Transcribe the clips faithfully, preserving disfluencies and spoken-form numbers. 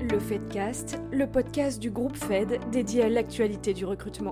Le Fedcast, le podcast du groupe Fed dédié à l'actualité du recrutement.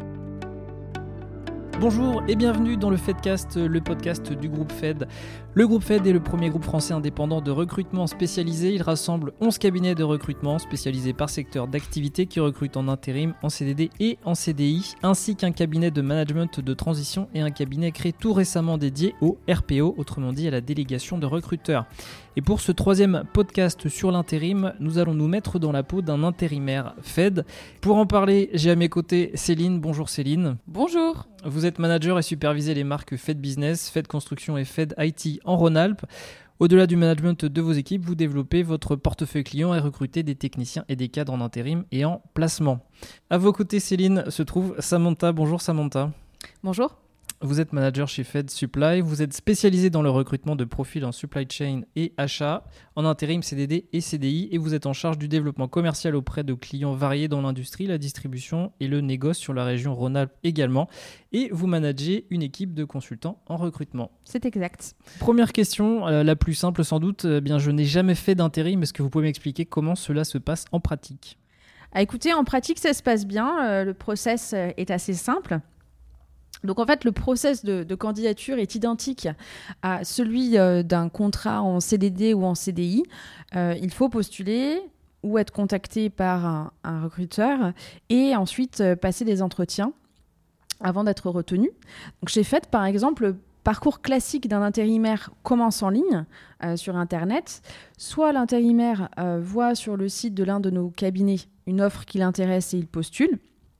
Bonjour et bienvenue dans le Fedcast, le podcast du groupe Fed. Le groupe Fed est le premier groupe français indépendant de recrutement spécialisé. Il rassemble onze cabinets de recrutement spécialisés par secteur d'activité qui recrutent en intérim, en C D D et en C D I, ainsi qu'un cabinet de management de transition et un cabinet créé tout récemment dédié au R P O, autrement dit à la délégation de recruteurs. Et pour ce troisième podcast sur l'intérim, nous allons nous mettre dans la peau d'un intérimaire Fed. Pour en parler, j'ai à mes côtés Céline. Bonjour Céline. Bonjour. Vous êtes manager et supervisez les marques Fed Business, Fed Construction et Fed I T en Rhône-Alpes. Au-delà du management de vos équipes, vous développez votre portefeuille client et recrutez des techniciens et des cadres en intérim et en placement. À vos côtés, Céline, se trouve Samantha. Bonjour Samantha. Bonjour. Vous êtes manager chez Fed Supply, vous êtes spécialisé dans le recrutement de profils en supply chain et achat, en intérim C D D et C D I, et vous êtes en charge du développement commercial auprès de clients variés dans l'industrie, la distribution et le négoce sur la région Rhône-Alpes également, et vous managez une équipe de consultants en recrutement. C'est exact. Première question, euh, la plus simple sans doute, eh bien je n'ai jamais fait d'intérim, est-ce que vous pouvez m'expliquer comment cela se passe en pratique ? Ah, écoutez, en pratique ça se passe bien, euh, le process euh, est assez simple. Donc en fait, le process de, de candidature est identique à celui euh, d'un contrat en C D D ou en C D I. Euh, il faut postuler ou être contacté par un, un recruteur et ensuite euh, passer des entretiens avant d'être retenu. Donc chez Fed, par exemple, le parcours classique d'un intérimaire commence en ligne euh, sur Internet. Soit l'intérimaire euh, voit sur le site de l'un de nos cabinets une offre qui l'intéresse et il postule.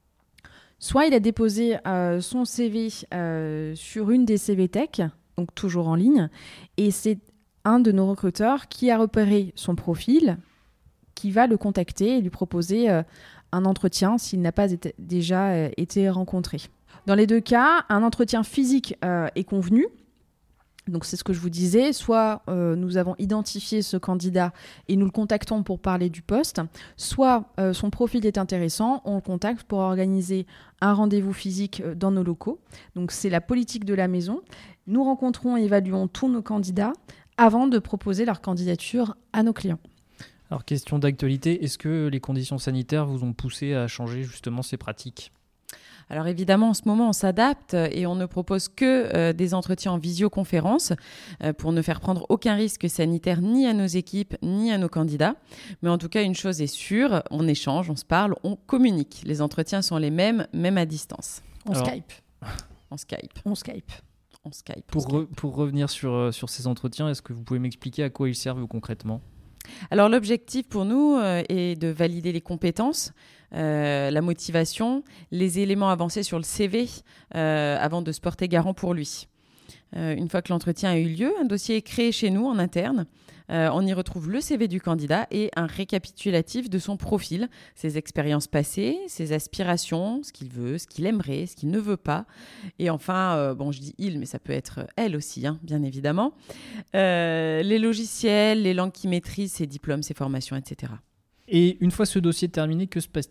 Soit il a déposé euh, son C V euh, sur une des C V Tech, donc toujours en ligne, et c'est un de nos recruteurs qui a repéré son profil, qui va le contacter et lui proposer euh, un entretien s'il n'a pas été, déjà euh, été rencontré. Dans les deux cas, un entretien physique euh, est convenu. Donc c'est ce que je vous disais, soit euh, nous avons identifié ce candidat et nous le contactons pour parler du poste, soit euh, son profil est intéressant, on le contacte pour organiser un rendez-vous physique dans nos locaux. Donc c'est la politique de la maison. Nous rencontrons et évaluons tous nos candidats avant de proposer leur candidature à nos clients. Alors question d'actualité, est-ce que les conditions sanitaires vous ont poussé à changer justement ces pratiques ? Alors évidemment, en ce moment, on s'adapte et on ne propose que euh, des entretiens en visioconférence euh, pour ne faire prendre aucun risque sanitaire ni à nos équipes ni à nos candidats. Mais en tout cas, une chose est sûre, on échange, on se parle, on communique. Les entretiens sont les mêmes, même à distance. On Alors... Skype. On Skype. On Skype. On Skype. Pour, on Skype. Re, pour revenir sur, euh, sur ces entretiens, est-ce que vous pouvez m'expliquer à quoi ils servent concrètement ? Alors l'objectif pour nous euh, est de valider les compétences, euh, la motivation, les éléments avancés sur le C V euh, avant de se porter garant pour lui. Euh, une fois que l'entretien a eu lieu, un dossier est créé chez nous en interne. Euh, on y retrouve le C V du candidat et un récapitulatif de son profil, ses expériences passées, ses aspirations, ce qu'il veut, ce qu'il aimerait, ce qu'il ne veut pas. Et enfin, euh, bon, je dis il, mais ça peut être elle aussi, hein, bien évidemment. Euh, les logiciels, les langues qu'il maîtrise, ses diplômes, ses formations, et cetera. Et une fois ce dossier terminé, que se passe-t-il ?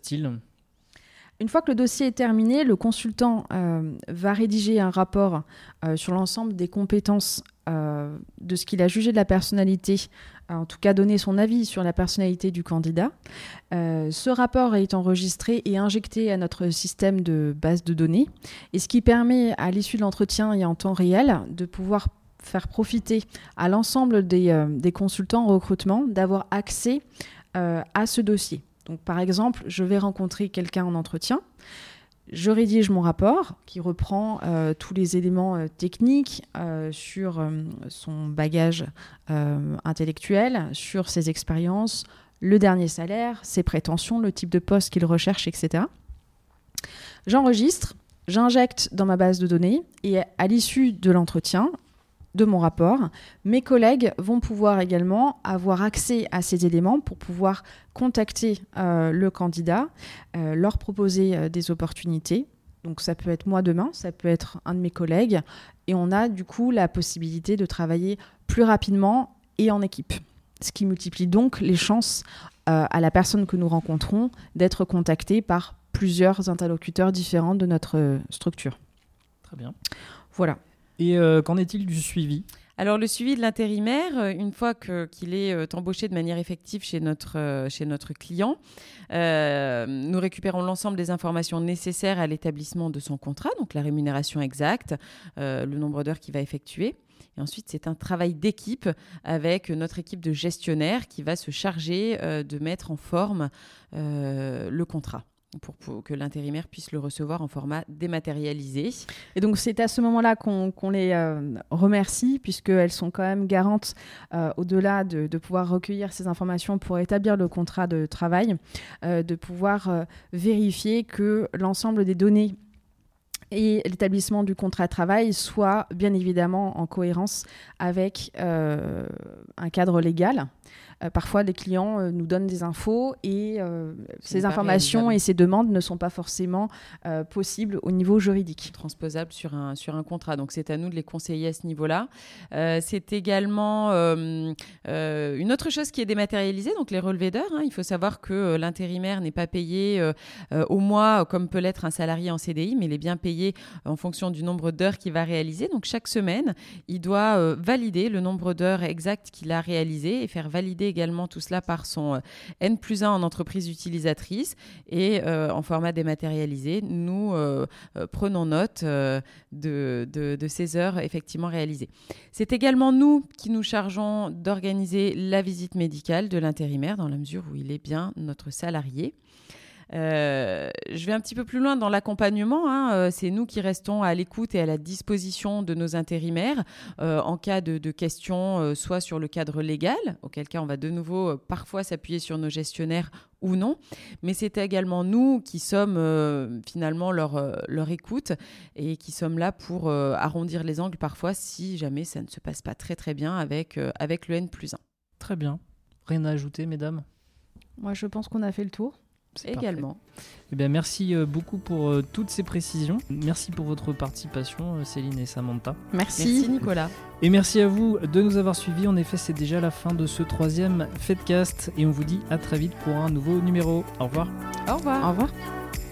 Une fois que le dossier est terminé, le consultant euh, va rédiger un rapport euh, sur l'ensemble des compétences euh, de ce qu'il a jugé de la personnalité, euh, en tout cas donner son avis sur la personnalité du candidat. Euh, ce rapport est enregistré et injecté à notre système de base de données, et ce qui permet à l'issue de l'entretien et en temps réel de pouvoir faire profiter à l'ensemble des, euh, des consultants en recrutement d'avoir accès euh, à ce dossier. Donc, par exemple, je vais rencontrer quelqu'un en entretien, je rédige mon rapport qui reprend euh, tous les éléments euh, techniques euh, sur euh, son bagage euh, intellectuel, sur ses expériences, le dernier salaire, ses prétentions, le type de poste qu'il recherche, et cetera. J'enregistre, j'injecte dans ma base de données et à l'issue de l'entretien, de mon rapport, mes collègues vont pouvoir également avoir accès à ces éléments pour pouvoir contacter euh, le candidat, euh, leur proposer euh, des opportunités. Donc ça peut être moi demain, ça peut être un de mes collègues, et on a du coup la possibilité de travailler plus rapidement et en équipe. Ce qui multiplie donc les chances euh, à la personne que nous rencontrons d'être contactée par plusieurs interlocuteurs différents de notre structure. Très bien. Voilà. Et euh, qu'en est-il du suivi ? Alors, le suivi de l'intérimaire, une fois que, qu'il est euh, embauché de manière effective chez notre, euh, chez notre client, euh, nous récupérons l'ensemble des informations nécessaires à l'établissement de son contrat, donc la rémunération exacte, euh, le nombre d'heures qu'il va effectuer. Et ensuite, c'est un travail d'équipe avec notre équipe de gestionnaires qui va se charger euh, de mettre en forme euh, le contrat. Pour, pour que l'intérimaire puisse le recevoir en format dématérialisé. Et donc, c'est à ce moment-là qu'on, qu'on les euh, remercie, puisqu'elles sont quand même garantes, euh, au-delà de, de pouvoir recueillir ces informations pour établir le contrat de travail, euh, de pouvoir euh, vérifier que l'ensemble des données et l'établissement du contrat de travail soit bien évidemment en cohérence avec euh, un cadre légal. Euh, parfois, les clients euh, nous donnent des infos et euh, ces informations et ces demandes ne sont pas forcément euh, possibles au niveau juridique. Transposables sur un, sur un contrat. Donc, c'est à nous de les conseiller à ce niveau-là. Euh, c'est également euh, euh, une autre chose qui est dématérialisée, donc les relevés d'heures. Hein. Il faut savoir que euh, l'intérimaire n'est pas payé euh, euh, au mois comme peut l'être un salarié en C D I, mais il est bien payé en fonction du nombre d'heures qu'il va réaliser. Donc, chaque semaine, il doit euh, valider le nombre d'heures exactes qu'il a réalisé et faire valider également tout cela par son N plus un en entreprise utilisatrice et euh, en format dématérialisé. Nous euh, euh, prenons note euh, de, de, de ces heures effectivement réalisées. C'est également nous qui nous chargeons d'organiser la visite médicale de l'intérimaire dans la mesure où il est bien notre salarié. Euh, je vais un petit peu plus loin dans l'accompagnement. Hein. Euh, c'est nous qui restons à l'écoute et à la disposition de nos intérimaires euh, en cas de, de questions, euh, soit sur le cadre légal, auquel cas on va de nouveau euh, parfois s'appuyer sur nos gestionnaires ou non. Mais c'est également nous qui sommes euh, finalement leur, euh, leur écoute et qui sommes là pour euh, arrondir les angles parfois si jamais ça ne se passe pas très très bien avec, euh, avec le N plus un. Très bien. Rien à ajouter, mesdames ? Moi, je pense qu'on a fait le tour. C'est également. Eh bien, merci beaucoup pour euh, toutes ces précisions. Merci pour votre participation, euh, Céline et Samantha. Merci. Merci Nicolas. Et merci à vous de nous avoir suivis. En effet, c'est déjà la fin de ce troisième Fedcast et on vous dit à très vite pour un nouveau numéro. Au revoir. Au revoir. Au revoir.